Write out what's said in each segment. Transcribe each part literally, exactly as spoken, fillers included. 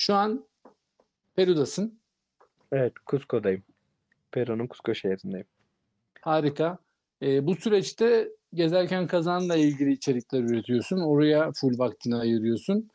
Şu an Peru'dasın. Evet, Cusco'dayım. Peru'nun Cusco şehrindeyim. Harika. Ee, bu süreçte Gezerken Kazan'la ilgili içerikler üretiyorsun. Oraya full vaktini ayırıyorsun.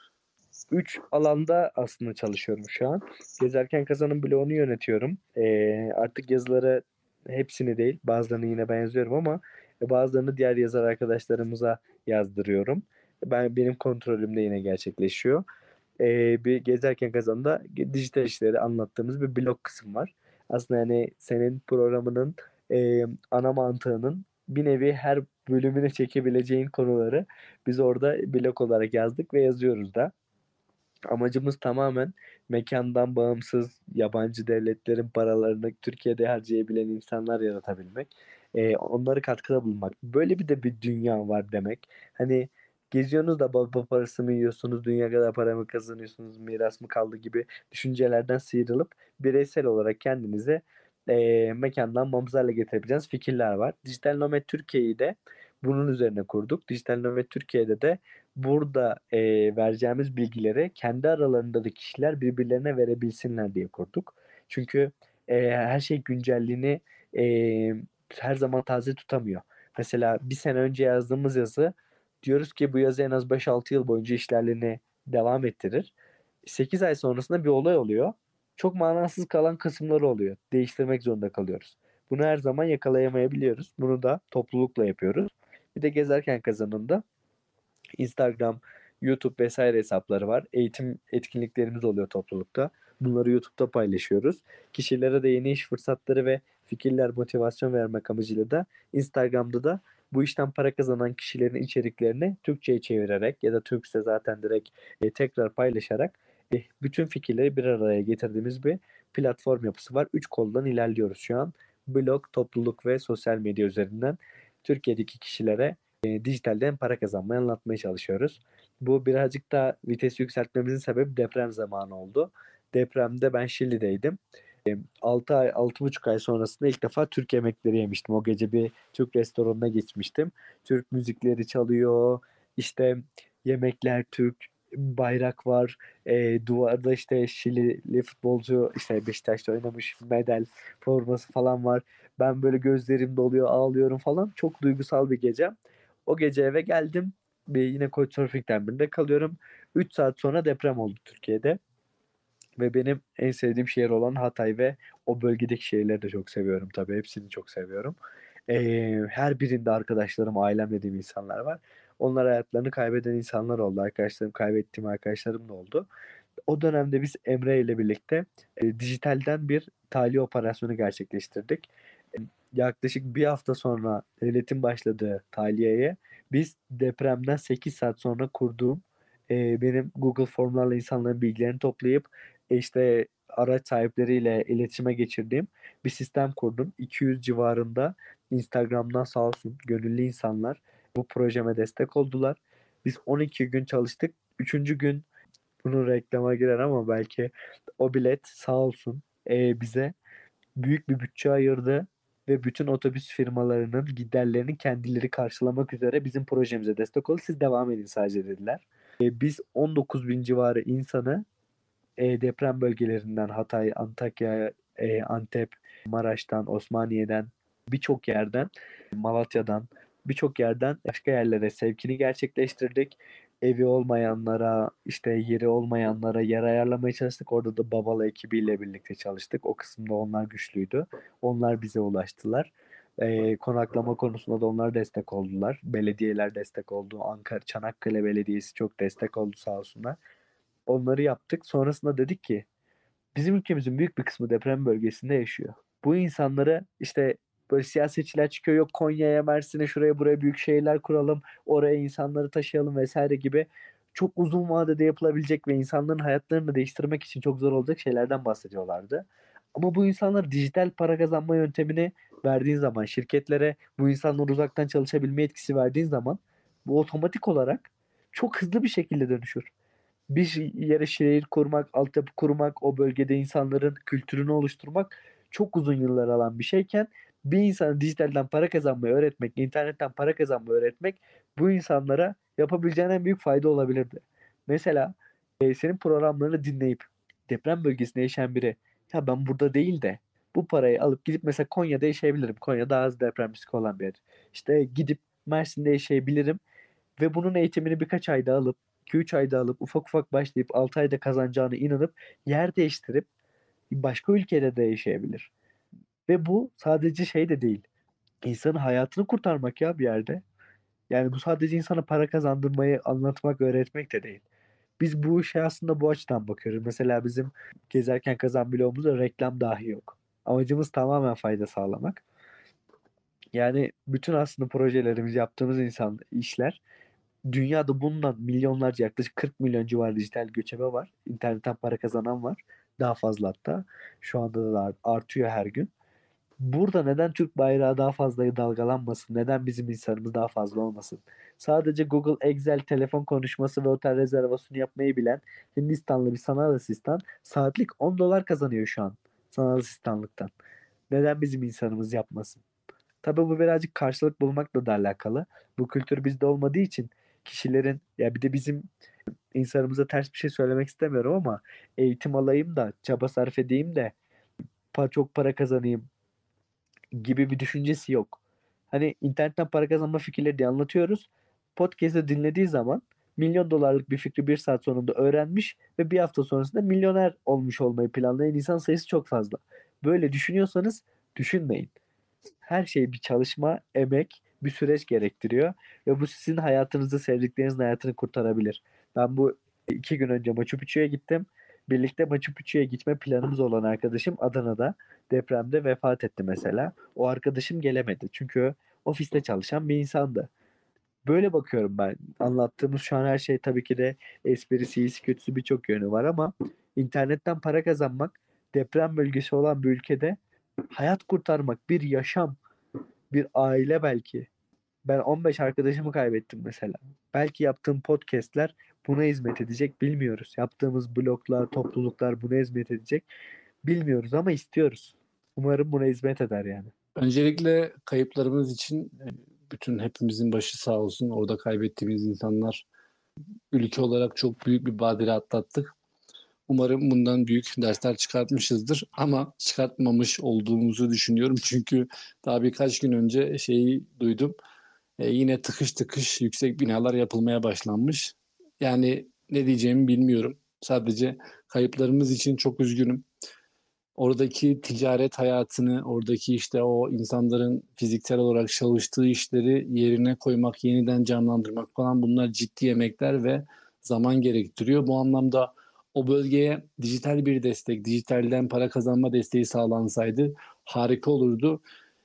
Üç alanda aslında çalışıyorum şu an. Gezerken Kazan'ın blogunu yönetiyorum. Ee, artık yazıları hepsini değil, bazılarını yine ben yazıyorum ama bazılarını diğer yazar arkadaşlarımıza yazdırıyorum. Ben benim kontrolümde yine gerçekleşiyor. Ee, bir Gezerken Kazan'da dijital işleri anlattığımız bir blog kısım var. Aslında yani senin programının e, ana mantığının bir nevi her bölümüne çekebileceğin konuları biz orada blog olarak yazdık ve yazıyoruz da. Amacımız tamamen mekandan bağımsız yabancı devletlerin paralarını Türkiye'de harcayabilen insanlar yaratabilmek. Ee, onları katkıda bulunmak. Böyle bir de bir dünya var demek. Hani geziyorsunuz da baba parası mı yiyorsunuz, dünya kadar para mı kazanıyorsunuz, miras mı kaldı gibi düşüncelerden sıyrılıp bireysel olarak kendinize e, mekandan bağımsız hale getirebileceğiniz fikirler var. Dijital Nomad Türkiye'yi de bunun üzerine kurduk. Dijital Nomad Türkiye'de de burada e, vereceğimiz bilgileri kendi aralarında da kişiler birbirlerine verebilsinler diye kurduk. Çünkü e, her şey güncelliğini e, her zaman taze tutamıyor. Mesela bir sene önce yazdığımız yazı diyoruz ki bu yazı en az beş altı yıl boyunca işlerliğini devam ettirir. sekiz ay sonrasında bir olay oluyor. Çok manasız kalan kısımları oluyor. Değiştirmek zorunda kalıyoruz. Bunu her zaman yakalayamayabiliyoruz. Bunu da toplulukla yapıyoruz. Bir de gezerken kazanında Instagram, YouTube vesaire hesapları var. Eğitim etkinliklerimiz oluyor toplulukta. Bunları YouTube'da paylaşıyoruz. Kişilere de yeni iş fırsatları ve fikirler, motivasyon vermek amacıyla da Instagram'da da bu işten para kazanan kişilerin içeriklerini Türkçe'ye çevirerek ya da Türkçe zaten direkt e, tekrar paylaşarak e, bütün fikirleri bir araya getirdiğimiz bir platform yapısı var. Üç koldan ilerliyoruz şu an. Blog, topluluk ve sosyal medya üzerinden Türkiye'deki kişilere e, dijitalden para kazanmayı anlatmaya çalışıyoruz. Bu birazcık da vites yükseltmemizin sebebi deprem zamanı oldu. Depremde ben Şili'deydim. altı ay, altı buçuk ay sonrasında ilk defa Türk yemekleri yemiştim. O gece bir Türk restoranına geçmiştim. Türk müzikleri çalıyor. İşte yemekler Türk, bayrak var. E, duvarda işte Şilili futbolcu işte Beşiktaş'ta oynamış medal forması falan var. Ben böyle gözlerim doluyor, ağlıyorum falan. Çok duygusal bir gece. O gece eve geldim. Bir yine Couchsurfing'den birinde kalıyorum. üç saat sonra deprem oldu Türkiye'de. Ve benim en sevdiğim şehir olan Hatay ve o bölgedeki şehirleri de çok seviyorum tabii. Hepsini çok seviyorum. Ee, her birinde arkadaşlarım, ailem dediğim insanlar var. Onlar hayatlarını kaybeden insanlar oldu. Arkadaşlarım, kaybettiğim arkadaşlarım da oldu. O dönemde biz Emre ile birlikte e, dijitalden bir tahliye operasyonu gerçekleştirdik. E, Yaklaşık bir hafta sonra devletin başladığı tahliyeye biz depremden sekiz saat sonra kurduğum e, benim Google formlarla insanların bilgilerini toplayıp e, işte araç sahipleriyle iletişime geçirdiğim bir sistem kurdum. iki yüz civarında Instagram'dan sağ olsun gönüllü insanlar bu projeme destek oldular. Biz on iki gün çalıştık. Üçüncü gün bunu reklama girer ama belki o bilet sağ olsun e, bize büyük bir bütçe ayırdı ve bütün otobüs firmalarının giderlerini kendileri karşılamak üzere bizim projemize destek oldu. Siz devam edin sadece dediler. E, biz on dokuz bin civarı insanı e, deprem bölgelerinden Hatay, Antakya, e, Antep, Maraş'tan, Osmaniye'den birçok yerden, Malatya'dan birçok yerden başka yerlere sevkini gerçekleştirdik. Evi olmayanlara, işte yeri olmayanlara yer ayarlamaya çalıştık. Orada da Babala ekibiyle birlikte çalıştık. O kısımda onlar güçlüydü. Onlar bize ulaştılar. E, konaklama konusunda da onlar destek oldular. Belediyeler destek oldu. Ankara, Çanakkale Belediyesi çok destek oldu sağ olsunlar. Onları yaptık. Sonrasında dedik ki bizim ülkemizin büyük bir kısmı deprem bölgesinde yaşıyor. Bu insanları işte böyle siyasetçiler çıkıyor yok Konya'ya, Mersin'e, şuraya buraya büyük şehirler kuralım, oraya insanları taşıyalım vesaire gibi çok uzun vadede yapılabilecek ve insanların hayatlarını değiştirmek için çok zor olacak şeylerden bahsediyorlardı. Ama bu insanlar dijital para kazanma yöntemini verdiğin zaman, şirketlere bu insanlar uzaktan çalışabilme etkisi verdiğin zaman bu otomatik olarak çok hızlı bir şekilde dönüşür. Bir yere şehir kurmak, altyapı kurmak, o bölgede insanların kültürünü oluşturmak çok uzun yıllar alan bir şeyken bir insana dijitalden para kazanmayı öğretmek, internetten para kazanmayı öğretmek bu insanlara yapabileceğin en büyük fayda olabilirdi. Mesela e, senin programlarını dinleyip deprem bölgesinde yaşayan biri ya ben burada değil de bu parayı alıp gidip mesela Konya'da yaşayabilirim. Konya daha az deprem riski olan bir yer. İşte gidip Mersin'de yaşayabilirim ve bunun eğitimini birkaç ayda alıp iki üç ayda alıp ufak ufak başlayıp altı ayda kazanacağına inanıp yer değiştirip başka ülkede de yaşayabilir. Ve bu sadece şey de değil. İnsanın hayatını kurtarmak ya bir yerde. Yani bu sadece insana para kazandırmayı anlatmak, öğretmek de değil. Biz bu işe aslında bu açıdan bakıyoruz. Mesela bizim gezerken kazan bloğumuzda reklam dahi yok. Amacımız tamamen fayda sağlamak. Yani bütün aslında projelerimiz, yaptığımız insan işler dünyada bundan milyonlarca yaklaşık kırk milyon civarı dijital göçebe var. İnternetten para kazanan var. Daha fazla hatta. Şu anda da artıyor her gün. Burada neden Türk bayrağı daha fazla dalgalanmasın? Neden bizim insanımız daha fazla olmasın? Sadece Google, Excel, telefon konuşması ve otel rezervasyonu yapmayı bilen Hindistanlı bir sanal asistan saatlik on dolar kazanıyor şu an sanal asistanlıktan. Neden bizim insanımız yapmasın? Tabii bu birazcık karşılık bulmakla da alakalı. Bu kültür bizde olmadığı için kişilerin ya bir de bizim insanımıza ters bir şey söylemek istemiyorum ama eğitim alayım da çaba sarf edeyim de pa- çok para kazanayım gibi bir düşüncesi yok. Hani internetten para kazanma fikirleri diye anlatıyoruz. Podcast'ı dinlediği zaman milyon dolarlık bir fikri bir saat sonunda öğrenmiş ve bir hafta sonrasında milyoner olmuş olmayı planlayan insan sayısı çok fazla. Böyle düşünüyorsanız düşünmeyin. Her şey bir çalışma, emek, bir süreç gerektiriyor ve bu sizin hayatınızı, sevdiklerinizin hayatını kurtarabilir. Ben bu iki gün önce Machu Picchu'ya gittim. Birlikte Machu Picchu'ya gitme planımız olan arkadaşım Adana'da depremde vefat etti mesela. O arkadaşım gelemedi çünkü ofiste çalışan bir insandı. Böyle bakıyorum ben. Anlattığımız şu an her şey tabii ki de esprisi, iyisi, kötüsü birçok yönü var ama internetten para kazanmak deprem bölgesi olan bir ülkede hayat kurtarmak, bir yaşam, bir aile belki. Ben on beş arkadaşımı kaybettim mesela. Belki yaptığım podcastler buna hizmet edecek bilmiyoruz. Yaptığımız bloglar, topluluklar buna hizmet edecek bilmiyoruz ama istiyoruz. Umarım buna hizmet eder yani. Öncelikle kayıplarımız için e, bütün hepimizin başı sağ olsun. Orada kaybettiğimiz insanlar, ülke olarak çok büyük bir badire atlattık. Umarım bundan büyük dersler çıkartmışızdır ama çıkartmamış olduğumuzu düşünüyorum. Çünkü daha birkaç gün önce şeyi duydum. E, yine tıkış tıkış yüksek binalar yapılmaya başlanmış. Yani ne diyeceğimi bilmiyorum. Sadece kayıplarımız için çok üzgünüm. Oradaki ticaret hayatını, oradaki işte o insanların fiziksel olarak çalıştığı işleri yerine koymak, yeniden canlandırmak falan bunlar ciddi emekler ve zaman gerektiriyor. Bu anlamda o bölgeye dijital bir destek, dijitalden para kazanma desteği sağlansaydı harika olurdu.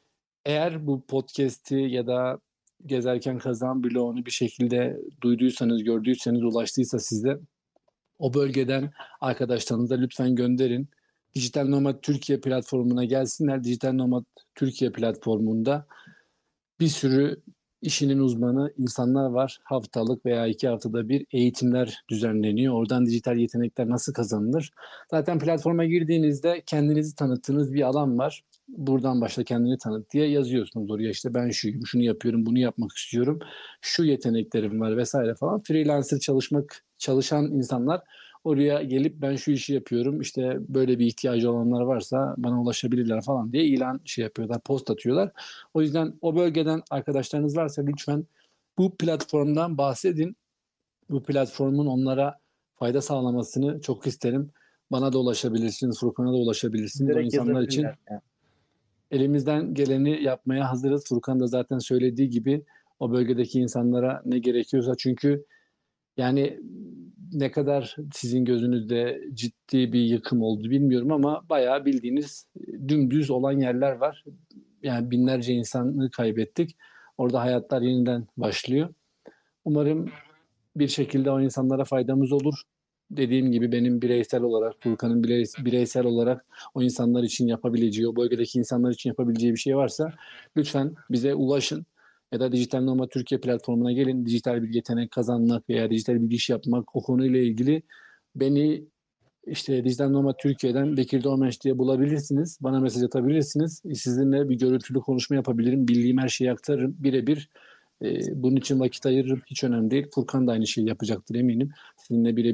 Eğer bu podcast'i ya da gezerken kazan bloğunu bir şekilde duyduysanız, gördüyseniz, ulaştıysa size o bölgeden arkadaşlarınıza lütfen gönderin. Dijital Nomad Türkiye platformuna gelsinler. Dijital Nomad Türkiye platformunda bir sürü işinin uzmanı insanlar var. Haftalık veya iki haftada bir eğitimler düzenleniyor. Oradan dijital yetenekler nasıl kazanılır? Zaten platforma girdiğinizde kendinizi tanıttığınız bir alan var. Buradan başla kendini tanıt diye yazıyorsunuz oraya işte ben şuyum, şunu yapıyorum, bunu yapmak istiyorum. Şu yeteneklerim var vesaire falan. Freelancer çalışmak çalışan insanlar oraya gelip ben şu işi yapıyorum işte böyle bir ihtiyacı olanlar varsa bana ulaşabilirler falan diye ilan şey yapıyorlar, post atıyorlar. O yüzden o bölgeden arkadaşlarınız varsa lütfen bu platformdan bahsedin. Bu platformun onlara fayda sağlamasını çok isterim. Bana da ulaşabilirsiniz, Furkan'a da ulaşabilirsiniz. O Direkt insanlar için yazabilirler. Yani. elimizden geleni yapmaya hazırız. Furkan da zaten söylediği gibi o bölgedeki insanlara ne gerekiyorsa çünkü yani ne kadar sizin gözünüzde ciddi bir yıkım oldu bilmiyorum ama bayağı bildiğiniz dümdüz olan yerler var. Yani binlerce insanı kaybettik. Orada hayatlar yeniden başlıyor. Umarım bir şekilde o insanlara faydamız olur. Dediğim gibi benim bireysel olarak, Furkan'ın bireysel olarak o insanlar için yapabileceği, o bölgedeki insanlar için yapabileceği bir şey varsa lütfen bize ulaşın. Ya da Dijital Nomad Türkiye platformuna gelin. Dijital bir yetenek kazanmak veya dijital bir iş yapmak o konuyla ilgili beni işte Dijital Nomad Türkiye'den Bekir Doğmenç diye bulabilirsiniz. Bana mesaj atabilirsiniz. Sizinle bir görüntülü konuşma yapabilirim. Bildiğim her şeyi aktarırım. Birebir e, bunun için vakit ayırırım. Hiç önemli değil. Furkan da aynı şeyi yapacaktır eminim. Sizinle birebir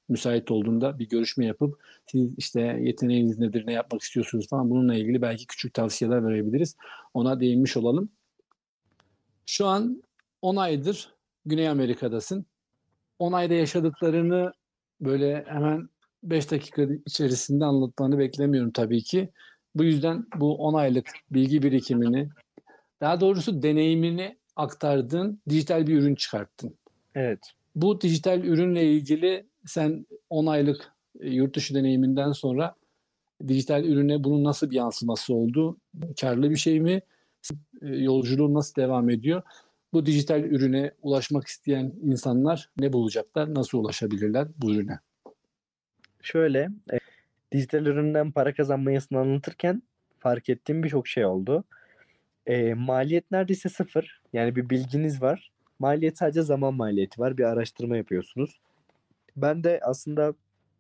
müsait olduğunda bir görüşme yapıp siz işte yeteneğiniz nedir, ne yapmak istiyorsunuz falan bununla ilgili belki küçük tavsiyeler verebiliriz. Ona değinmiş olalım. Şu an on aydır Güney Amerika'dasın. on ayda yaşadıklarını böyle hemen beş dakika içerisinde anlatmanı beklemiyorum tabii ki. Bu yüzden bu on aylık bilgi birikimini, daha doğrusu deneyimini aktardığın dijital bir ürün çıkarttın. Evet. Bu dijital ürünle ilgili sen on aylık e, yurt dışı deneyiminden sonra dijital ürüne bunun nasıl bir yansıması oldu? Karlı bir şey mi? E, Yolculuğu nasıl devam ediyor? Bu dijital ürüne ulaşmak isteyen insanlar ne bulacaklar? Nasıl ulaşabilirler bu ürüne? Şöyle, e, dijital üründen para kazanmayasını anlatırken fark ettiğim birçok şey oldu. E, maliyet neredeyse sıfır. Yani bir bilginiz var. Maliyet sadece zaman maliyeti var. Bir araştırma yapıyorsunuz. Ben de aslında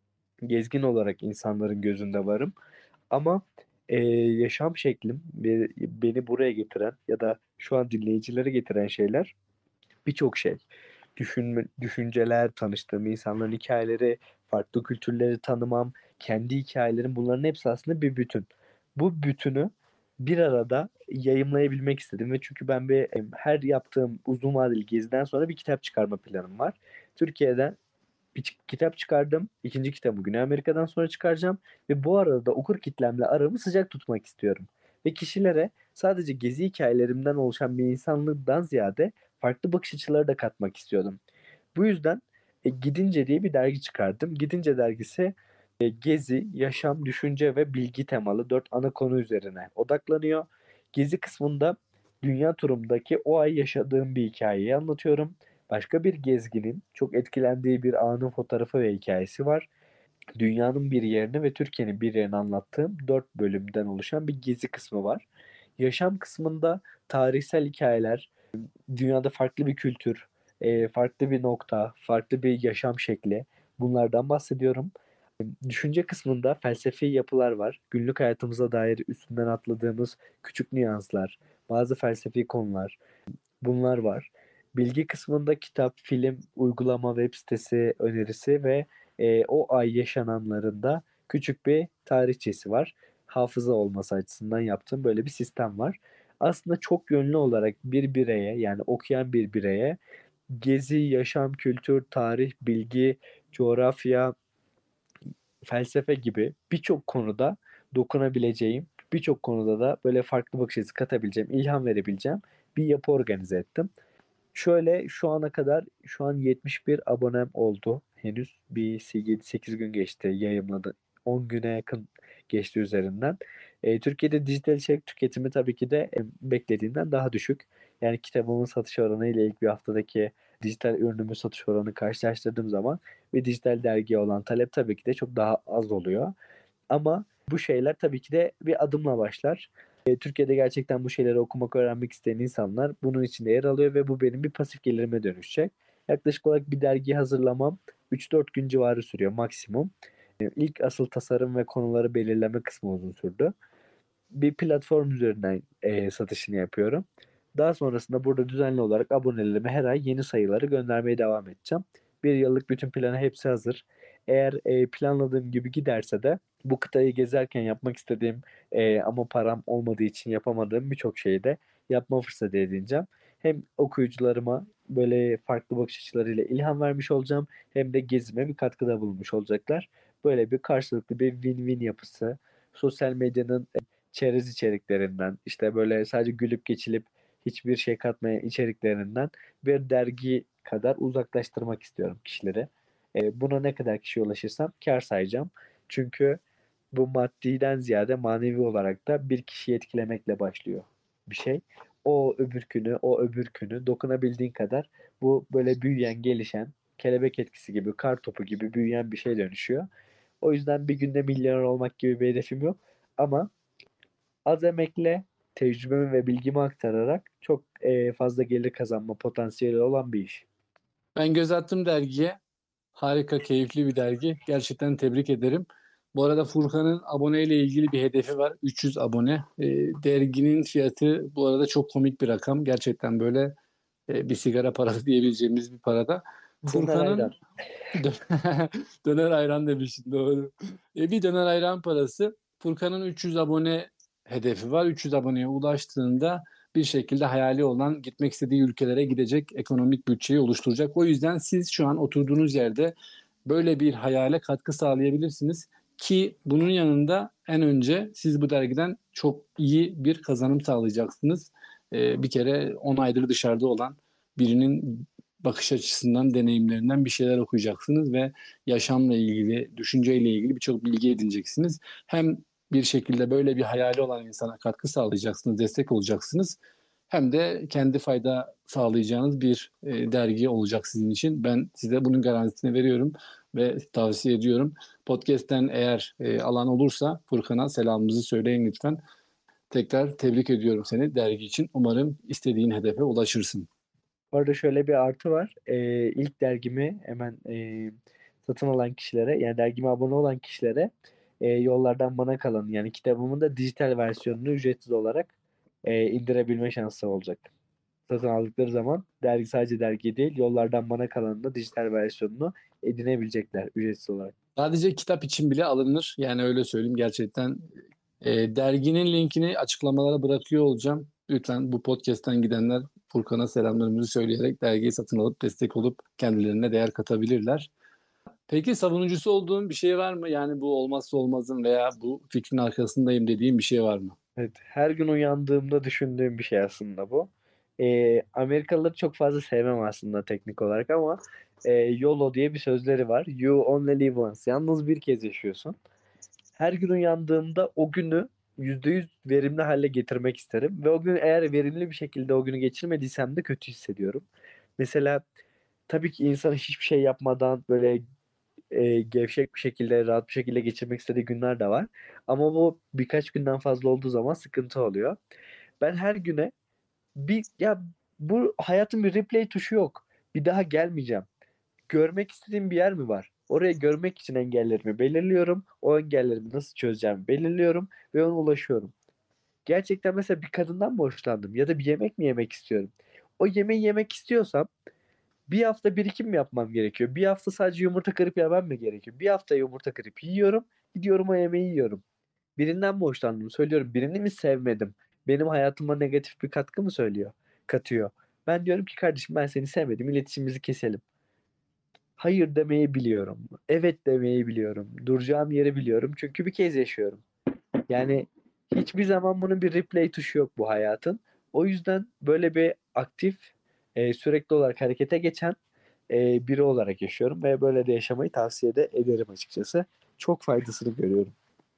gezgin olarak insanların gözünde varım. Ama e, yaşam şeklim ve beni buraya getiren ya da şu an dinleyicileri getiren şeyler birçok şey. Düşünme, düşünceler, tanıştığım insanların hikayeleri, farklı kültürleri tanımam, kendi hikayelerim bunların hepsi aslında bir bütün. Bu bütünü bir arada yayımlayabilmek istedim ve çünkü ben bir her yaptığım uzun vadeli geziden sonra bir kitap çıkarma planım var. Türkiye'den bir çı- kitap çıkardım. İkinci kitabı Güney Amerika'dan sonra çıkaracağım. Ve bu arada da okur kitlemle aramı sıcak tutmak istiyorum. Ve kişilere sadece gezi hikayelerimden oluşan bir insanlıktan ziyade farklı bakış açıları da katmak istiyordum. Bu yüzden e, Gidince diye bir dergi çıkardım. Gidince dergisi e, gezi, yaşam, düşünce ve bilgi temalı dört ana konu üzerine odaklanıyor. Gezi kısmında dünya turumdaki o ay yaşadığım bir hikayeyi anlatıyorum. Başka bir gezginin çok etkilendiği bir anın fotoğrafı ve hikayesi var. Dünyanın bir yerini ve Türkiye'nin bir yerini anlattığım dört bölümden oluşan bir gezi kısmı var. Yaşam kısmında tarihsel hikayeler, dünyada farklı bir kültür, e, farklı bir nokta, farklı bir yaşam şekli bunlardan bahsediyorum. Düşünce kısmında felsefi yapılar var. Günlük hayatımıza dair üstünden atladığımız küçük nüanslar, bazı felsefi konular. Bunlar var. Bilgi kısmında kitap, film, uygulama, web sitesi önerisi ve e, o ay yaşananlarında küçük bir tarihçesi var. Hafıza olması açısından yaptığım böyle bir sistem var. Aslında çok yönlü olarak bir bireye yani okuyan bir bireye gezi, yaşam, kültür, tarih, bilgi, coğrafya, felsefe gibi birçok konuda dokunabileceğim, birçok konuda da böyle farklı bakış açısı katabileceğim, ilham verebileceğim bir yapı organize ettim. Şöyle şu ana kadar şu an yetmiş bir abonem oldu. Henüz bir yedi sekiz gün geçti yayımladı. on güne yakın geçti üzerinden. E, Türkiye'de dijital içerik tüketimi tabii ki de e, beklediğimden daha düşük. Yani kitabımın satış oranı ile ilk bir haftadaki dijital ürünümün satış oranı karşılaştırdığım zaman ve dijital dergiye olan talep tabii ki de çok daha az oluyor. Ama bu şeyler tabii ki de bir adımla başlar. E, Türkiye'de gerçekten bu şeyleri okumak, öğrenmek isteyen insanlar bunun içinde yer alıyor ve bu benim bir pasif gelirime dönüşecek. Yaklaşık olarak bir dergi hazırlamam üç dört gün civarı sürüyor maksimum. E, İlk asıl tasarım ve konuları belirleme kısmı uzun sürdü. Bir platform üzerinden e, satışını yapıyorum. Daha sonrasında burada düzenli olarak abonelerime her ay yeni sayıları göndermeye devam edeceğim. Bir yıllık bütün planı hepsi hazır. Eğer e, planladığım gibi giderse de bu kıtayı gezerken yapmak istediğim e, ama param olmadığı için yapamadığım birçok şeyi de yapma fırsatı edineceğim. Hem okuyucularıma böyle farklı bakış açılarıyla ilham vermiş olacağım hem de gezime bir katkıda bulunmuş olacaklar. Böyle bir karşılıklı bir win-win yapısı. Sosyal medyanın çerez içeriklerinden işte böyle sadece gülüp geçilip hiçbir şey katmayan içeriklerinden bir dergi kadar uzaklaştırmak istiyorum kişileri. E, buna ne kadar kişi ulaşırsam kar sayacağım. Çünkü bu maddiden ziyade manevi olarak da bir kişiyi etkilemekle başlıyor bir şey. O öbürkünü, o öbürkünü dokunabildiğin kadar bu böyle büyüyen, gelişen, kelebek etkisi gibi, kar topu gibi büyüyen bir şey dönüşüyor. O yüzden bir günde milyoner olmak gibi bir hedefim yok. Ama az emekle tecrübemi ve bilgimi aktararak çok e, fazla gelir kazanma potansiyeli olan bir iş. Ben göz attım dergiye. Harika, keyifli bir dergi. Gerçekten tebrik ederim. Bu arada Furkan'ın aboneyle ilgili bir hedefi var. üç yüz abone. E, derginin fiyatı bu arada çok komik bir rakam. Gerçekten böyle e, bir sigara parası diyebileceğimiz bir parada. Döner ayran. Furkan'ın dö- döner ayran demiştin, doğru. E, bir döner ayran parası. Furkan'ın üç yüz abone hedefi var. üç yüz aboneye ulaştığında bir şekilde hayali olan gitmek istediği ülkelere gidecek ekonomik bütçeyi oluşturacak. O yüzden siz şu an oturduğunuz yerde böyle bir hayale katkı sağlayabilirsiniz. Ki bunun yanında en önce siz bu dergiden çok iyi bir kazanım sağlayacaksınız. E, bir kere on aydır dışarıda olan birinin bakış açısından, deneyimlerinden bir şeyler okuyacaksınız ve yaşamla ilgili, düşünceyle ilgili birçok bilgi edineceksiniz. Hem bir şekilde böyle bir hayali olan insana katkı sağlayacaksınız, destek olacaksınız. Hem de kendi fayda sağlayacağınız bir e, dergi olacak sizin için. Ben size bunun garantisini veriyorum ve tavsiye ediyorum. Podcast'ten eğer e, alan olursa Furkan'a selamımızı söyleyin lütfen. Tekrar tebrik ediyorum seni dergi için. Umarım istediğin hedefe ulaşırsın. Orada şöyle bir artı var. Ee, ilk dergimi hemen e, satın alan kişilere, yani dergime abone olan kişilere e, yollardan bana kalan, yani kitabımın da dijital versiyonunu ücretsiz olarak e, indirebilme şansı olacak. Satın aldıkları zaman dergi, sadece dergi değil, yollardan bana kalanın da dijital versiyonunu edinebilecekler ücretsiz olarak. Sadece kitap için bile alınır. Yani öyle söyleyeyim gerçekten. E, derginin linkini açıklamalara bırakıyor olacağım. Lütfen bu podcast'ten gidenler Furkan'a selamlarımızı söyleyerek dergiyi satın alıp destek olup kendilerine değer katabilirler. Peki savunucusu olduğun bir şey var mı? Yani bu olmazsa olmazım veya bu fikrin arkasındayım dediğin bir şey var mı? Evet, her gün uyandığımda düşündüğüm bir şey aslında bu. Ee, Amerikalıları çok fazla sevmem aslında teknik olarak ama e, YOLO diye bir sözleri var. You only live once. Yalnız bir kez yaşıyorsun. Her gün uyandığımda o günü yüzde yüz verimli hale getirmek isterim. Ve o gün eğer verimli bir şekilde o günü geçirmediysem de kötü hissediyorum. Mesela tabii ki insan hiçbir şey yapmadan böyle e, gevşek bir şekilde, rahat bir şekilde geçirmek istediği günler de var. Ama bu birkaç günden fazla olduğu zaman sıkıntı oluyor. Ben her güne bir, ya bu hayatın bir replay tuşu yok. Bir daha gelmeyeceğim. Görmek istediğim bir yer mi var? Oraya görmek için engellerimi belirliyorum. O engellerimi nasıl çözeceğimi belirliyorum ve ona ulaşıyorum. Gerçekten mesela bir kadından mı hoşlandım ya da bir yemek mi yemek istiyorum? O yemeği yemek istiyorsam bir hafta birikim mi yapmam gerekiyor? Bir hafta sadece yumurta kırıp yemem mi gerekiyor? Bir hafta yumurta kırıp yiyorum. Gidiyorum o yemeği yiyorum. Birinden mi hoşlandım? Söylüyorum. Birini mi sevmedim? Benim hayatıma negatif bir katkı mı söylüyor? Katıyor. Ben diyorum ki kardeşim, ben seni sevmedim. İletişimimizi keselim. Hayır demeyi biliyorum. Evet demeyi biliyorum. Duracağım yeri biliyorum. Çünkü bir kez yaşıyorum. Yani hiçbir zaman bunun bir replay tuşu yok bu hayatın. O yüzden böyle bir aktif, e, sürekli olarak harekete geçen e, biri olarak yaşıyorum ve böyle de yaşamayı tavsiye de ederim açıkçası. Çok faydasını görüyorum.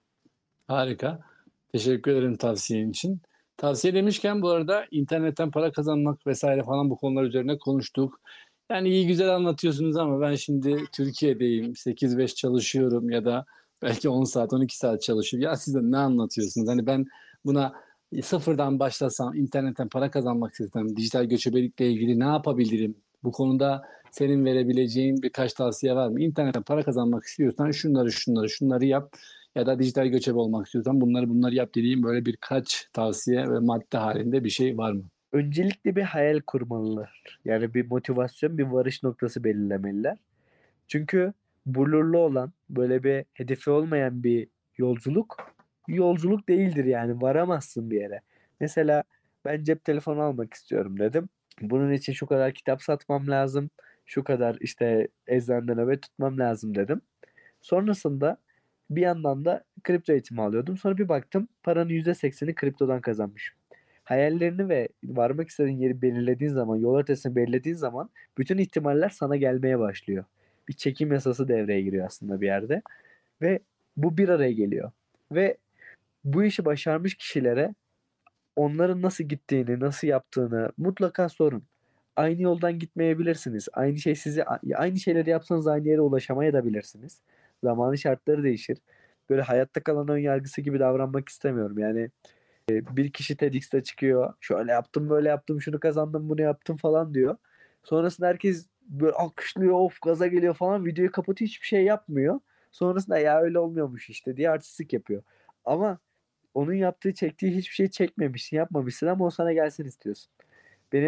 Harika. Teşekkür ederim tavsiyen için. Tavsiye demişken bu arada internetten para kazanmak vesaire falan bu konular üzerine konuştuk. Yani iyi güzel anlatıyorsunuz ama ben şimdi Türkiye'deyim. sekiz beş çalışıyorum ya da belki on saat on iki saat çalışıyorum. Ya siz de ne anlatıyorsunuz? Hani ben buna sıfırdan başlasam, internetten para kazanmak istesem, dijital göçebelikle ilgili ne yapabilirim? Bu konuda senin verebileceğin birkaç tavsiye var mı? İnternetten para kazanmak istiyorsan şunları şunları şunları yap. Ya da dijital göçebe olmak istiyorsan bunları bunları yap dediğim böyle birkaç tavsiye ve madde halinde bir şey var mı? Öncelikle bir hayal kurmalılar. Yani bir motivasyon, bir varış noktası belirlemeliler. Çünkü blurlu olan, böyle bir hedefi olmayan bir yolculuk yolculuk değildir yani. Varamazsın bir yere. Mesela ben cep telefonu almak istiyorum dedim. Bunun için şu kadar kitap satmam lazım. Şu kadar işte eczanede nöbet tutmam lazım dedim. Sonrasında bir yandan da kripto eğitimi alıyordum. Sonra bir baktım paranın yüzde sekseni kriptodan kazanmışım. Hayallerini ve varmak istediğin yeri belirlediğin zaman, yol haritasını belirlediğin zaman bütün ihtimaller sana gelmeye başlıyor. Bir çekim yasası devreye giriyor aslında bir yerde. Ve bu bir araya geliyor. Ve bu işi başarmış kişilere onların nasıl gittiğini, nasıl yaptığını mutlaka sorun. Aynı yoldan gitmeyebilirsiniz. Aynı şey sizi aynı şeyleri yapsanız aynı yere ulaşamayabilirsiniz. Zamanın şartları değişir. Böyle hayatta kalan ön yargısı gibi davranmak istemiyorum. Yani e, bir kişi TEDx'te çıkıyor. Şöyle yaptım, böyle yaptım, şunu kazandım, bunu yaptım falan diyor. Sonrasında herkes böyle alkışlıyor, of gaza geliyor falan. Videoyu kapatıyor, hiçbir şey yapmıyor. Sonrasında ya öyle olmuyormuş işte diye artistlik yapıyor. Ama onun yaptığı, çektiği hiçbir şey çekmemişsin, yapmamışsın ama o sana gelsin istiyorsun. Benim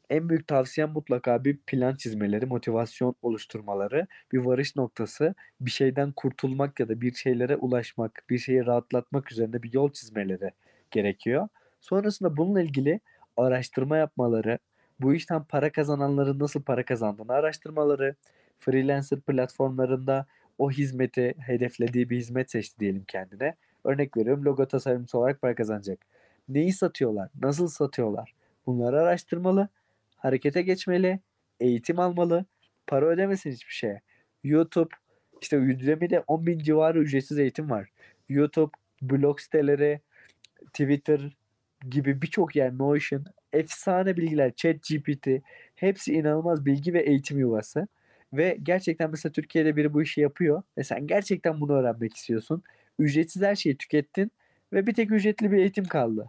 en büyük tavsiyem mutlaka bir plan çizmeleri, motivasyon oluşturmaları, bir varış noktası, bir şeyden kurtulmak ya da bir şeylere ulaşmak, bir şeyi rahatlatmak üzerine bir yol çizmeleri gerekiyor. Sonrasında bununla ilgili araştırma yapmaları, bu işten para kazananların nasıl para kazandığını araştırmaları, freelancer platformlarında o hizmeti, hedeflediği bir hizmet seçti diyelim kendine. Örnek veriyorum, logo tasarımcısı olarak para kazanacak. Neyi satıyorlar? Nasıl satıyorlar? Bunları araştırmalı, harekete geçmeli, eğitim almalı, para ödemesin hiçbir şeye. YouTube, işte Udemy'de on bin civarı ücretsiz eğitim var. YouTube, blog siteleri, Twitter gibi birçok yer, Notion, efsane bilgiler, ChatGPT, hepsi inanılmaz bilgi ve eğitim yuvası. Ve gerçekten mesela Türkiye'de biri bu işi yapıyor ve sen gerçekten bunu öğrenmek istiyorsun. Ücretsiz her şeyi tükettin ve bir tek ücretli bir eğitim kaldı.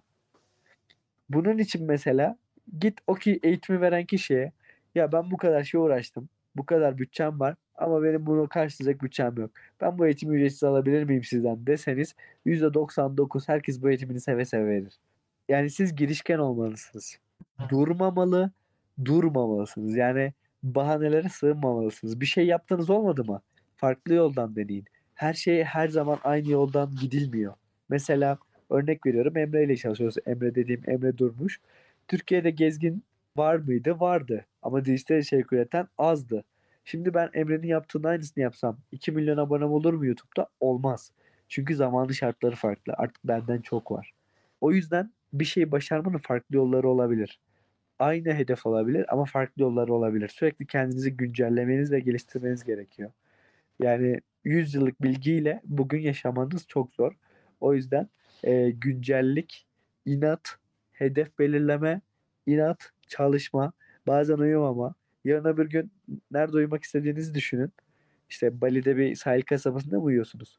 Bunun için mesela git o ki eğitimi veren kişiye, ya ben bu kadar şey uğraştım. Bu kadar bütçem var ama benim bunu karşılayacak bütçem yok. Ben bu eğitimi ücretsiz alabilir miyim sizden deseniz yüzde doksan dokuz herkes bu eğitimini seve seve verir. Yani siz girişken olmalısınız. Durmamalı, durmamalısınız. Yani bahanelere sığınmamalısınız. Bir şey yaptığınız olmadı mı? Farklı yoldan deneyin. Her şey her zaman aynı yoldan gidilmiyor. Mesela örnek veriyorum, Emre ile çalışıyoruz. Emre dediğim Emre Durmuş. Türkiye'de gezgin var mıydı? Vardı. Ama dijital içerik üreten azdı. Şimdi ben Emre'nin yaptığının aynısını yapsam iki milyon abonem olur mu YouTube'da? Olmaz. Çünkü zamanı şartları farklı. Artık benden çok var. O yüzden bir şeyi başarmanın farklı yolları olabilir. Aynı hedef olabilir ama farklı yolları olabilir. Sürekli kendinizi güncellemeniz ve geliştirmeniz gerekiyor. Yani yüz yıllık bilgiyle bugün yaşamanız çok zor. O yüzden e, güncellik, inat, hedef belirleme, inat, çalışma, bazen uyumama. Yarın öbür gün nerede uyumak istediğinizi düşünün. İşte Bali'de bir sahil kasabasında mı uyuyorsunuz?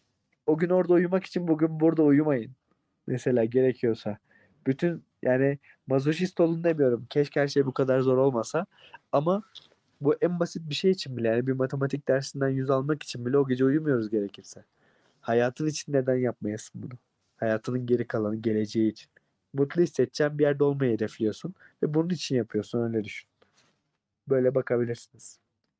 O gün orada uyumak için bugün burada uyumayın. Mesela gerekiyorsa. Bütün yani mazoşist olun demiyorum. Keşke her şey bu kadar zor olmasa. Ama bu en basit bir şey için bile, yani bir matematik dersinden yüz almak için bile o gece uyumuyoruz gerekirse. Hayatın için neden yapmayasın bunu? Hayatının geri kalanı, geleceği için. Mutlu hissedeceğin bir yerde olmayı hedefliyorsun ve bunun için yapıyorsun, öyle düşün. Böyle bakabilirsiniz.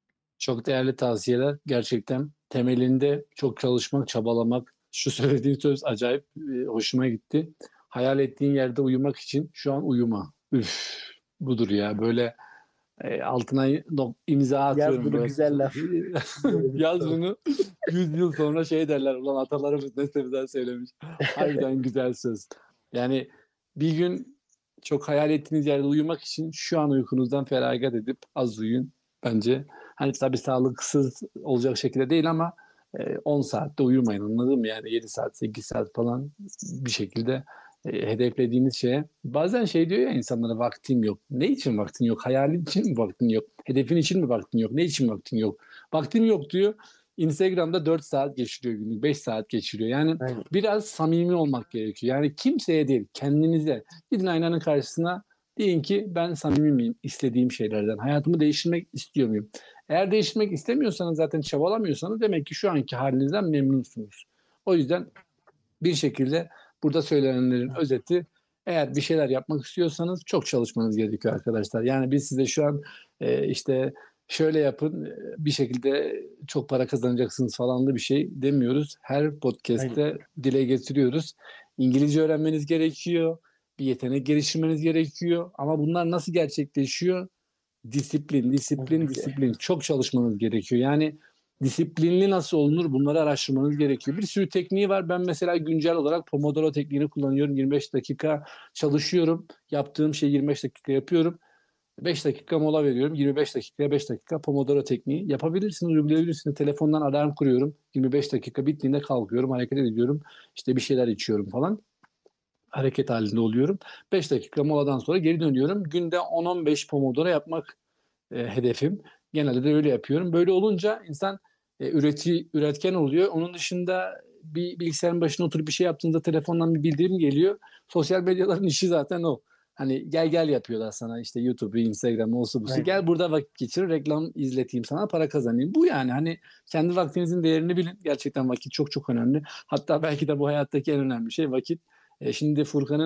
Çok değerli tavsiyeler. Gerçekten temelinde çok çalışmak, çabalamak. Şu söylediğin söz acayip e, hoşuma gitti. Hayal ettiğin yerde uyumak için şu an uyuma. Üf, budur ya. Böyle e, altına no- imza Yaz atıyorum. bunu, Böyle. güzel laf. Böyle bir Yaz tutalım. bunu. Yüz yıl sonra şey derler. Ulan atalarımız ne güzel söylemiş. Harbiden güzel söz. Yani bir gün çok hayal ettiğiniz yerde uyumak için şu an uykunuzdan feragat edip az uyuyun bence. Hani tabii sağlıksız olacak şekilde değil ama e, on saatte uyumayın, anladın mı? Yani yedi saat, sekiz saat falan bir şekilde e, hedeflediğiniz şeye. Bazen şey diyor ya insanlara, vaktim yok. Ne için vaktin yok? Hayalin için mi vaktin yok? Hedefin için mi vaktin yok? Ne için vaktin yok? Vaktim yok diyor. Instagram'da dört saat geçiriyor günlük, beş saat geçiriyor. Yani Aynen. biraz samimi olmak gerekiyor. Yani kimseye değil, kendinize. Gidin aynanın karşısına, deyin ki ben samimi miyim istediğim şeylerden? Hayatımı değiştirmek istiyor muyum? Eğer değiştirmek istemiyorsanız, zaten çabalamıyorsanız, demek ki şu anki halinizden memnunsunuz. O yüzden bir şekilde burada söylenenlerin özeti, eğer bir şeyler yapmak istiyorsanız çok çalışmanız gerekiyor arkadaşlar. Yani biz size şu an e, işte şöyle yapın, e, bir şekilde çok para kazanacaksınız falanlı bir şey demiyoruz. Her Aynen. podcast'te dile getiriyoruz. İngilizce öğrenmeniz gerekiyor. Bir yetenek geliştirmeniz gerekiyor. Ama bunlar nasıl gerçekleşiyor? Disiplin, disiplin, disiplin. Çok çalışmanız gerekiyor. Yani disiplinli nasıl olunur, bunları araştırmanız gerekiyor. Bir sürü tekniği var. Ben mesela güncel olarak Pomodoro tekniğini kullanıyorum. yirmi beş dakika çalışıyorum. Yaptığım şeyi yirmi beş dakika yapıyorum. beş dakika mola veriyorum. yirmi beş dakikaya beş dakika Pomodoro tekniği. Yapabilirsiniz, uygulayabilirsiniz. Telefondan alarm kuruyorum. yirmi beş dakika bittiğinde kalkıyorum, hareket ediyorum. İşte bir şeyler içiyorum falan, hareket halinde oluyorum. beş dakika moladan sonra geri dönüyorum. Günde on on beş Pomodoro yapmak e, hedefim. Genelde de öyle yapıyorum. Böyle olunca insan e, üreti üretken oluyor. Onun dışında bir bilgisayarın başına oturup bir şey yaptığında telefondan bir bildirim geliyor. Sosyal medyaların işi zaten o. Hani gel gel yapıyorlar sana, işte YouTube, Instagram, olsa busu. Aynen. Gel burada vakit geçir, reklam izleteyim sana, para kazanayım. Bu yani hani kendi vaktinizin değerini bilin. Gerçekten vakit çok çok önemli. Hatta belki de bu hayattaki en önemli şey vakit. E, şimdi Furkan'ın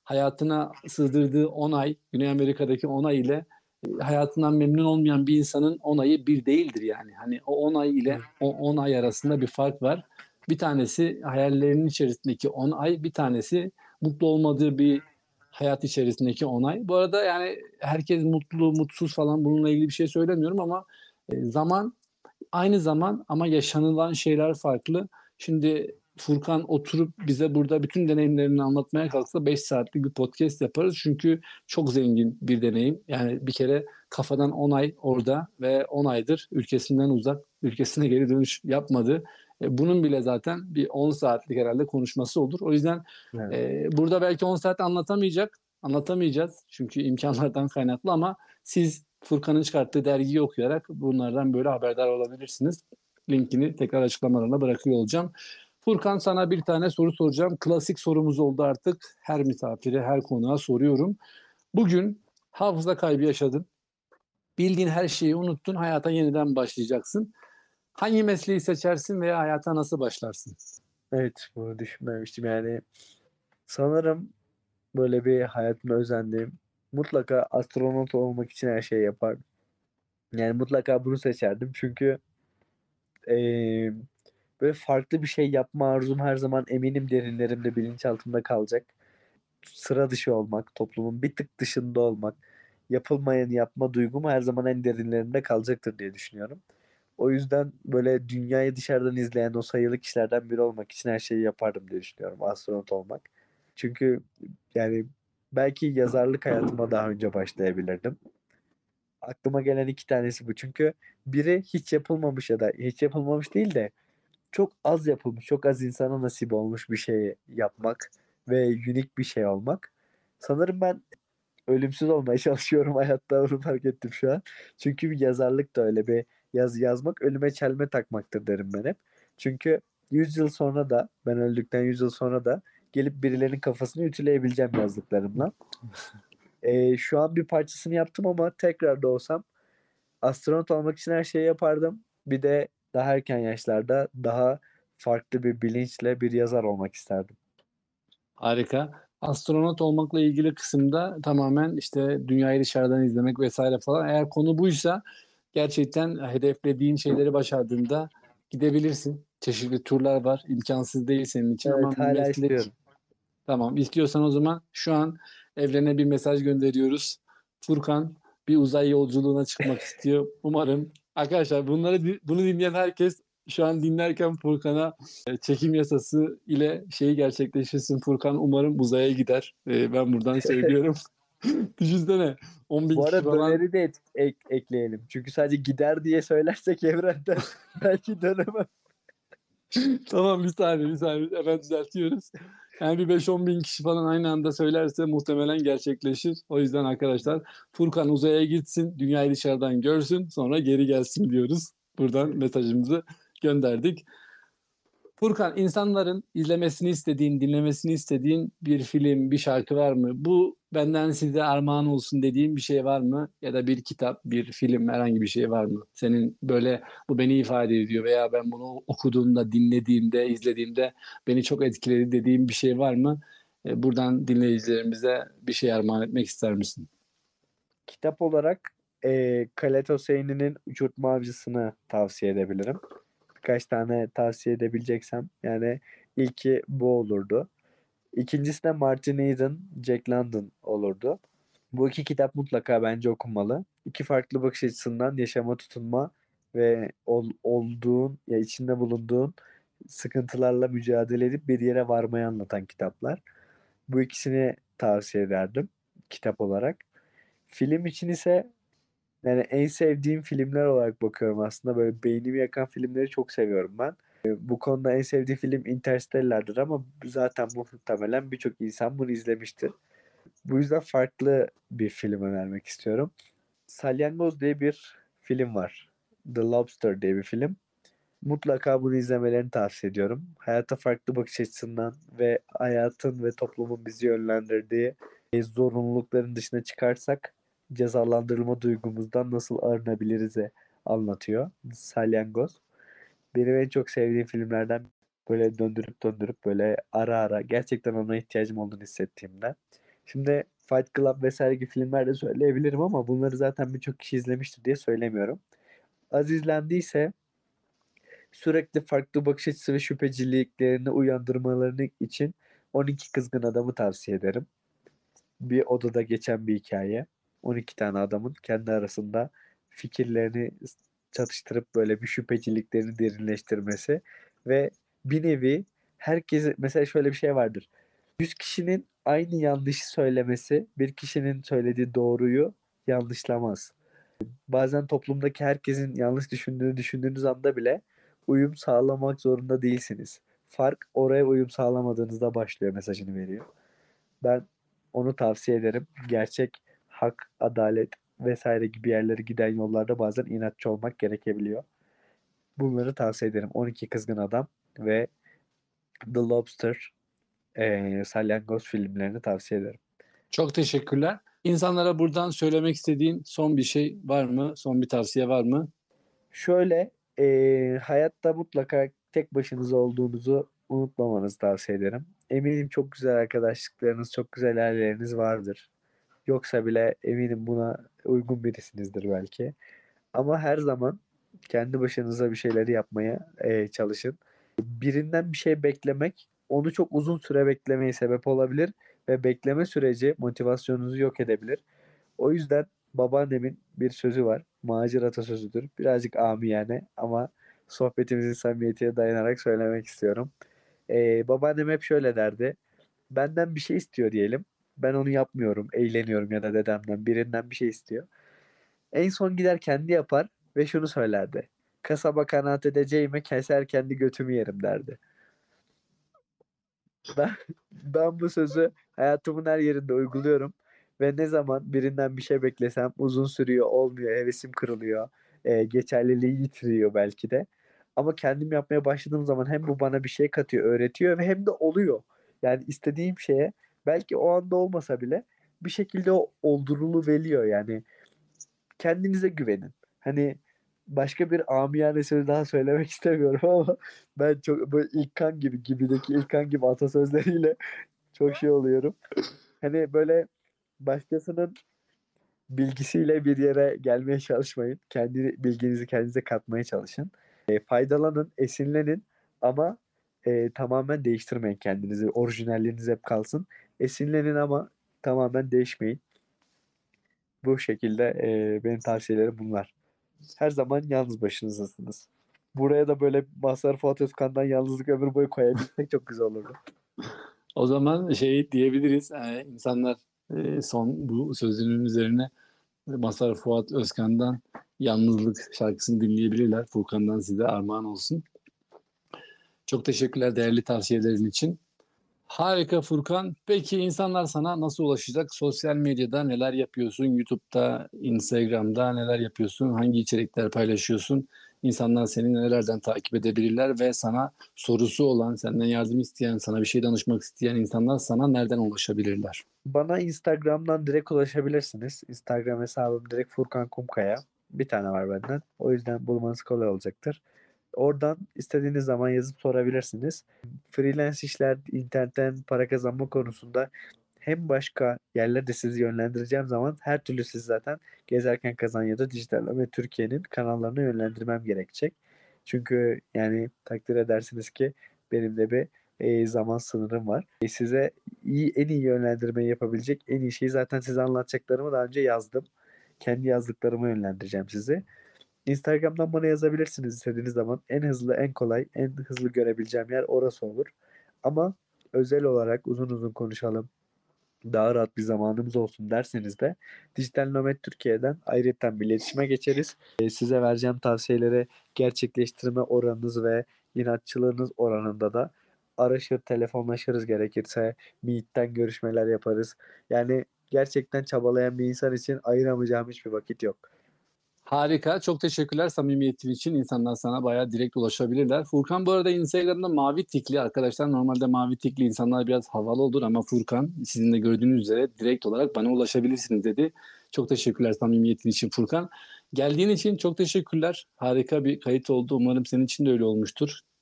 hayatına sığdırdığı on ay, Güney Amerika'daki on ay ile e, hayatından memnun olmayan bir insanın on ayı bir değildir yani. Hani o on ay ile o on ay arasında bir fark var. Bir tanesi hayallerinin içerisindeki on ay, bir tanesi mutlu olmadığı bir hayat içerisindeki on ay. Bu arada yani herkes mutlu, mutsuz falan bununla ilgili bir şey söylemiyorum ama e, zaman aynı zaman ama yaşanılan şeyler farklı. Şimdi Furkan oturup bize burada bütün deneyimlerini anlatmaya kalksa beş saatlik bir podcast yaparız. Çünkü çok zengin bir deneyim. Yani bir kere kafadan on ay orada ve on aydır ülkesinden uzak, ülkesine geri dönüş yapmadı. E, bunun bile zaten bir on saatlik herhalde konuşması olur. O yüzden Evet. e, burada belki on saat anlatamayacak, anlatamayacağız. Çünkü imkanlardan kaynaklı ama siz Furkan'ın çıkarttığı dergiyi okuyarak bunlardan böyle haberdar olabilirsiniz. Linkini tekrar açıklamalarına bırakıyor olacağım. Furkan, sana bir tane soru soracağım. Klasik sorumuz oldu artık. Her misafire, her konuğa soruyorum. Bugün hafıza kaybı yaşadın. Bildiğin her şeyi unuttun. Hayata yeniden başlayacaksın. Hangi mesleği seçersin veya hayata nasıl başlarsın? Evet, bunu düşünmemiştim yani. Sanırım böyle bir hayatımda özendiğim, mutlaka astronot olmak için her şeyi yapardım. Yani mutlaka bunu seçerdim çünkü eee, böyle farklı bir şey yapma arzum her zaman eminim derinlerimde, bilinçaltımda kalacak. Sıra dışı olmak, toplumun bir tık dışında olmak, yapılmayanı yapma duygum her zaman en derinlerimde kalacaktır diye düşünüyorum. O yüzden böyle dünyayı dışarıdan izleyen o sayılı kişilerden biri olmak için her şeyi yapardım diye düşünüyorum. Astronot olmak. Çünkü yani belki yazarlık hayatıma daha önce başlayabilirdim. Aklıma gelen iki tanesi bu. Çünkü biri hiç yapılmamış ya da hiç yapılmamış değil de çok az yapılmış, çok az insana nasip olmuş bir şey yapmak ve unik bir şey olmak. Sanırım ben ölümsüz olmaya çalışıyorum hayatta, onu fark ettim şu an. Çünkü bir yazarlık da öyle, bir yaz yazmak ölüme çelme takmaktır derim ben hep. Çünkü yüz yıl sonra da, ben öldükten yüz yıl sonra da gelip birilerinin kafasını ütüleyebileceğim yazdıklarımla. Ee, şu an bir parçasını yaptım ama tekrar da olsam astronot olmak için her şeyi yapardım. Bir de daha erken yaşlarda daha farklı bir bilinçle bir yazar olmak isterdim. Harika. Astronot olmakla ilgili kısımda tamamen işte dünyayı dışarıdan izlemek vesaire falan. Eğer konu buysa gerçekten hedeflediğin şeyleri başardığında gidebilirsin. Çeşitli turlar var. İmkansız değil senin için ama Evet, hala meslek, istiyorum. tamam, istiyorsan o zaman şu an evrene bir mesaj gönderiyoruz. Furkan bir uzay yolculuğuna çıkmak istiyor. Umarım arkadaşlar bunları bunu dinleyen herkes şu an dinlerken Furkan'a e, çekim yasası ile şeyi gerçekleştirsin. Furkan umarım uzaya gider. E, ben buradan söylüyorum. Düşünsene on bin Bu kişi arada falan. döneri de et- ek- ekleyelim. Çünkü sadece gider diye söylersek evrenden belki dönemem. Tamam, bir saniye bir saniye hemen düzeltiyoruz. Yani bir beş on bin kişi falan aynı anda söylerse muhtemelen gerçekleşir. O yüzden arkadaşlar Furkan uzaya gitsin, dünyayı dışarıdan görsün, sonra geri gelsin diyoruz. Buradan mesajımızı gönderdik. Furkan, insanların izlemesini istediğin, dinlemesini istediğin bir film, bir şarkı var mı? Bu benden size armağan olsun dediğin bir şey var mı? Ya da bir kitap, bir film, herhangi bir şey var mı? Senin böyle bu beni ifade ediyor veya ben bunu okuduğumda, dinlediğimde, izlediğimde beni çok etkiledi dediğin bir şey var mı? E, buradan dinleyicilerimize bir şey armağan etmek ister misin? Kitap olarak e, Khaled Hosseini'nin Uçurtma Avcısı'nı tavsiye edebilirim. Birkaç tane tavsiye edebileceksem yani ilki bu olurdu. İkincisi de Martin Eden, Jack London olurdu. Bu iki kitap mutlaka bence okunmalı. İki farklı bakış açısından yaşama tutunma ve ol- olduğun ya içinde bulunduğun sıkıntılarla mücadele edip bir yere varmayı anlatan kitaplar. Bu ikisini tavsiye ederdim kitap olarak. Film için ise yani en sevdiğim filmler olarak bakıyorum aslında. Böyle beynimi yakan filmleri çok seviyorum ben. E, Bu konuda en sevdiğim film Interstellar'dır ama zaten muhtemelen birçok insan bunu izlemiştir. Bu yüzden farklı bir film önermek istiyorum. Salyangoz diye bir film var. The Lobster diye bir film. Mutlaka bunu izlemelerini tavsiye ediyorum. Hayata farklı bakış açısından ve hayatın ve toplumun bizi yönlendirdiği e, zorunlulukların dışına çıkarsak cezalandırılma duygumuzdan nasıl arınabiliriz'i anlatıyor. Salyangoz. Benim en çok sevdiğim filmlerden, böyle döndürüp döndürüp böyle ara ara gerçekten ona ihtiyacım olduğunu hissettiğimde Şimdi Fight Club vesaire gibi filmler de söyleyebilirim ama bunları zaten birçok kişi izlemiştir diye söylemiyorum. Az izlendiyse sürekli farklı bakış açısı ve şüpheciliklerini uyandırmalarını için on iki Kızgın Adam'ı tavsiye ederim. Bir odada geçen bir hikaye. on iki tane adamın kendi arasında fikirlerini çatıştırıp böyle bir şüpheciliklerini derinleştirmesi ve bir nevi herkesi mesela şöyle bir şey vardır. yüz kişinin aynı yanlışı söylemesi bir kişinin söylediği doğruyu yanlışlamaz. Bazen toplumdaki herkesin yanlış düşündüğünü düşündüğünüz anda bile uyum sağlamak zorunda değilsiniz. Fark oraya uyum sağlamadığınızda başlıyor mesajını veriyor. Ben onu tavsiye ederim. Gerçek hak, adalet vesaire gibi yerlere giden yollarda bazen inatçı olmak gerekebiliyor. Bunları tavsiye ederim. on iki Kızgın Adam ve The Lobster, eee Salyangoz filmlerini tavsiye ederim. Çok teşekkürler. İnsanlara buradan söylemek istediğin son bir şey var mı? Son bir tavsiye var mı? Şöyle, eee, hayatta mutlaka tek başınıza olduğunuzu unutmamanızı tavsiye ederim. Eminim çok güzel arkadaşlıklarınız, çok güzel hayalleriniz vardır. Yoksa bile eminim buna uygun birisinizdir belki. Ama her zaman kendi başınıza bir şeyleri yapmaya eee, çalışın. Birinden bir şey beklemek onu çok uzun süre beklemeye sebep olabilir ve bekleme süreci motivasyonunuzu yok edebilir. O yüzden babaannemin bir sözü var. Macir atasözüdür. Birazcık amiyane ama sohbetimizin samimiyetine dayanarak söylemek istiyorum. Ee, babaannem hep şöyle derdi. Benden bir şey istiyor diyelim. Ben onu yapmıyorum, eğleniyorum ya da dedemden birinden bir şey istiyor. En son gider kendi yapar ve şunu söylerdi. Kasaba kanaat edeceğime keser kendi götümü yerim derdi. Ben, ben bu sözü hayatımın her yerinde uyguluyorum ve ne zaman birinden bir şey beklesem uzun sürüyor, olmuyor, hevesim kırılıyor, e, geçerliliği yitiriyor belki de. Ama kendim yapmaya başladığım zaman hem bu bana bir şey katıyor, öğretiyor ve hem de oluyor. Yani istediğim şeye belki o anda olmasa bile bir şekilde o olduruluveriyor. Yani kendinize güvenin. Hani başka bir amiyane söz daha söylemek istemiyorum ama ben çok böyle İlkan gibi gibideki İlkan gibi atasözleriyle çok şey oluyorum. Hani böyle başkasının bilgisiyle bir yere gelmeye çalışmayın. Kendi bilginizi kendinize katmaya çalışın. E, faydalanın, esinlenin ama e, tamamen değiştirmeyin kendinizi. Orijinalliğiniz hep kalsın. Esinlenin ama tamamen değişmeyin. Bu şekilde e, benim tavsiyelerim bunlar. Her zaman yalnız başınızdasınız. Buraya da böyle Mazhar Fuat Özkan'dan yalnızlık ömür boyu koyabilsek çok güzel olurdu. O zaman şey diyebiliriz. E, insanlar e, son bu sözünün üzerine Mazhar Fuat Özkan'dan Yalnızlık şarkısını dinleyebilirler. Furkan'dan size armağan olsun. Çok teşekkürler değerli tavsiyelerin için. Harika Furkan. Peki insanlar sana nasıl ulaşacak? Sosyal medyada neler yapıyorsun? YouTube'da, Instagram'da neler yapıyorsun? Hangi içerikler paylaşıyorsun? İnsanlar seni nerelerden takip edebilirler ve sana sorusu olan, senden yardım isteyen, sana bir şey danışmak isteyen insanlar sana nereden ulaşabilirler? Bana Instagram'dan direkt ulaşabilirsiniz. Instagram hesabım direkt Furkan Kumkaya. Bir tane var benden. O yüzden bulmanız kolay olacaktır. Oradan istediğiniz zaman yazıp sorabilirsiniz. Freelance işler, internetten para kazanma konusunda hem başka yerlerde sizi yönlendireceğim zaman her türlü siz zaten Gezerken Kazan ya da Dijital ve Türkiye'nin kanallarına yönlendirmem gerekecek. Çünkü yani takdir edersiniz ki benim de bir e, zaman sınırım var. E, size iyi en iyi yönlendirmeyi yapabilecek en iyi şeyi zaten size anlatacaklarımı daha önce yazdım. Kendi yazdıklarımı yönlendireceğim sizi. Instagram'dan bana yazabilirsiniz istediğiniz zaman. En hızlı, en kolay, en hızlı görebileceğim yer orası olur. Ama özel olarak uzun uzun konuşalım, daha rahat bir zamanımız olsun derseniz de Dijital Nomad Türkiye'den ayrıca bir iletişime geçeriz. Ee, size vereceğim tavsiyeleri gerçekleştirme oranınız ve inatçılığınız oranında da araşır, telefonlaşırız gerekirse. Meet'ten görüşmeler yaparız. Yani gerçekten çabalayan bir insan için ayıramayacağım hiçbir vakit yok. Harika. Çok teşekkürler samimiyetin için. İnsanlar sana bayağı direkt ulaşabilirler. Furkan bu arada Instagram'da mavi tikli arkadaşlar. Normalde mavi tikli insanlar biraz havalı olur ama Furkan sizin de gördüğünüz üzere direkt olarak bana ulaşabilirsiniz dedi. Çok teşekkürler samimiyetin için Furkan. Geldiğin için çok teşekkürler. Harika bir kayıt oldu. Umarım senin için de öyle olmuştur.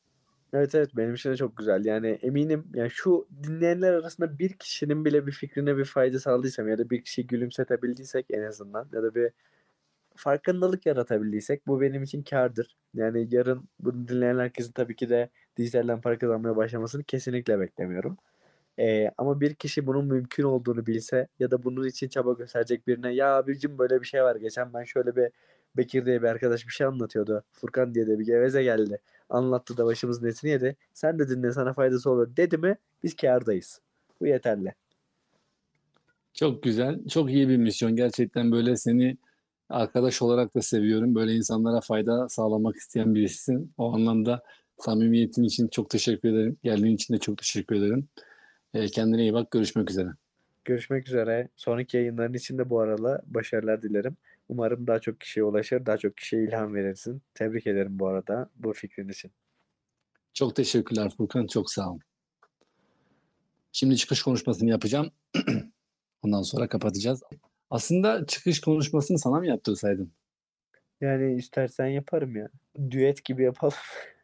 Evet evet, benim için de çok güzel. Yani eminim yani şu dinleyenler arasında bir kişinin bile bir fikrine bir fayda sağladıysam ya da bir kişiyi gülümsetebildiysek en azından ya da bir farkındalık yaratabildiysek bu benim için kârdır. Yani yarın bunu dinleyen herkesin tabii ki de dijitalden para kazanmaya başlamasını kesinlikle beklemiyorum. Ee, ama bir kişi bunun mümkün olduğunu bilse ya da bunun için çaba gösterecek birine, ya abicim böyle bir şey var. Geçen ben şöyle bir Bekir diye bir arkadaş bir şey anlatıyordu. Furkan diye de bir geveze geldi. Anlattı da başımızın etini yedi. Sen de dinle, sana faydası olur dedi mi biz kârdayız. Bu yeterli. Çok güzel. Çok iyi bir misyon. Gerçekten böyle seni arkadaş olarak da seviyorum. Böyle insanlara fayda sağlamak isteyen birisisin. O anlamda samimiyetin için çok teşekkür ederim. Geldiğin için de çok teşekkür ederim. Ee, kendine iyi bak. Görüşmek üzere. Görüşmek üzere. Sonraki yayınların için de bu arada başarılar dilerim. Umarım daha çok kişiye ulaşır, daha çok kişiye ilham verirsin. Tebrik ederim bu arada bu fikrin için. Çok teşekkürler Furkan. Çok sağ ol. Şimdi çıkış konuşmasını yapacağım. Ondan sonra kapatacağız. Aslında çıkış konuşmasını sana mı yaptırsaydım? Yani istersen yaparım ya. Düet gibi yapalım.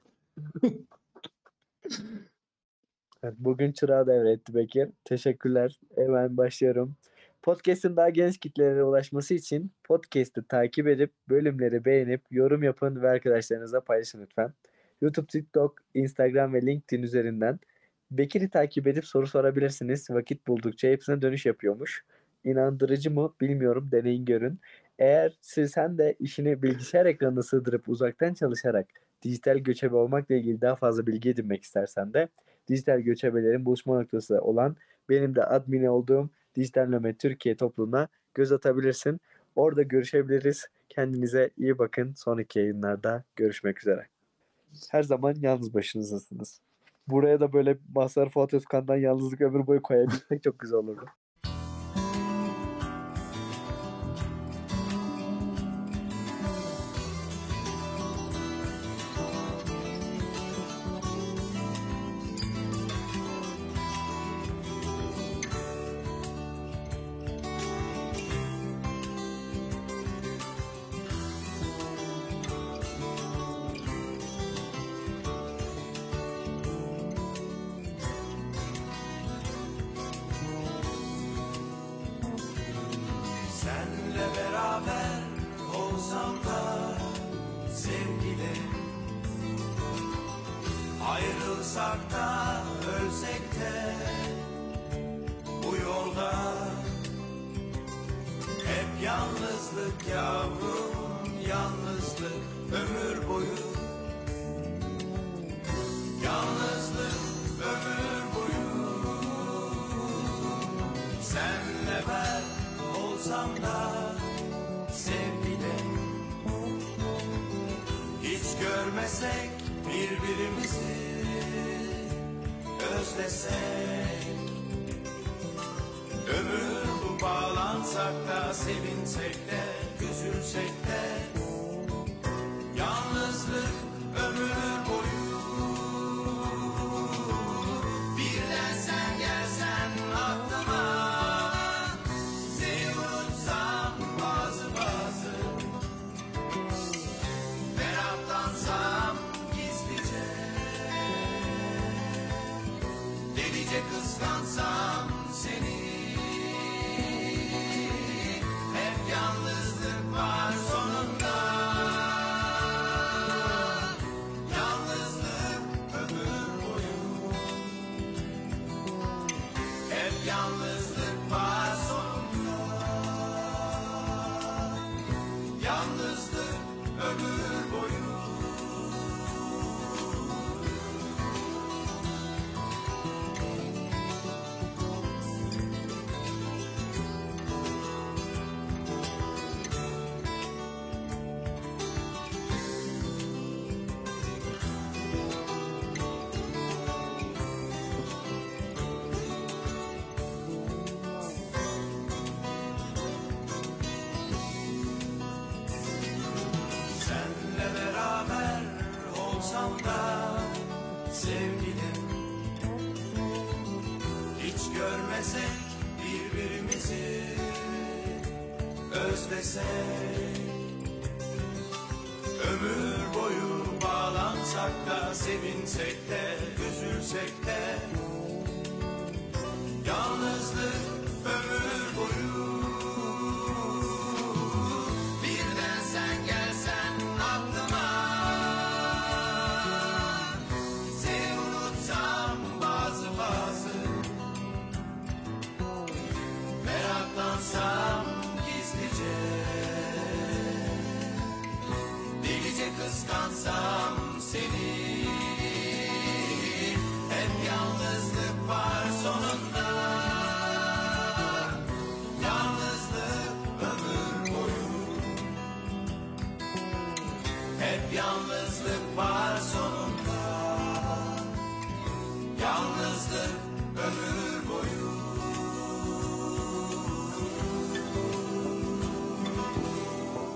Evet, bugün çırağı devretti Bekir. Teşekkürler. Hemen başlıyorum. Podcast'ın daha geniş kitlelere ulaşması için podcast'ı takip edip bölümleri beğenip yorum yapın ve arkadaşlarınızla paylaşın lütfen. YouTube, TikTok, Instagram ve LinkedIn üzerinden Bekir'i takip edip soru sorabilirsiniz. Vakit buldukça hepsine dönüş yapıyormuş. İnandırıcı mı bilmiyorum. Deneyin görün. Eğer siz sen de işini bilgisayar ekranına sığdırıp uzaktan çalışarak dijital göçebe olmakla ilgili daha fazla bilgi edinmek istersen de dijital göçebelerin buluşma noktası olan benim de admini olduğum Dijital Nomad Türkiye topluluğuna göz atabilirsin. Orada görüşebiliriz. Kendinize iyi bakın. Sonraki yayınlarda görüşmek üzere. Her zaman yalnız başınızdasınız. Buraya da böyle Mazhar Fuat Özkan'dan yalnızlık ömür boyu koyabilsek çok güzel olurdu. Senle beraber olsam da sevgilim, ayrılsak da ölsek de bu yolda hep yalnızlık yavrum, yalnızlık ömür boyu, yalnızlık ömür boyu. Senle ben olsam da sevgilim, hiç görmesek birbirimizi, özlesek ömür bu, bağlansak da sevinsek de üzülsek de yalnızlık ömür boyu. Birden sen gelsen aklıma, kıskansam seni, hep yalnızlık var sonunda, yalnızlık ömür boyu, hep yalnızlık var sonunda, yalnızlık ömür boyu. Sevgilim, hiç görmesek birbirimizi, özlesek ömür boyu, bağlansak Bağlansak da sevinsek de üzülsek de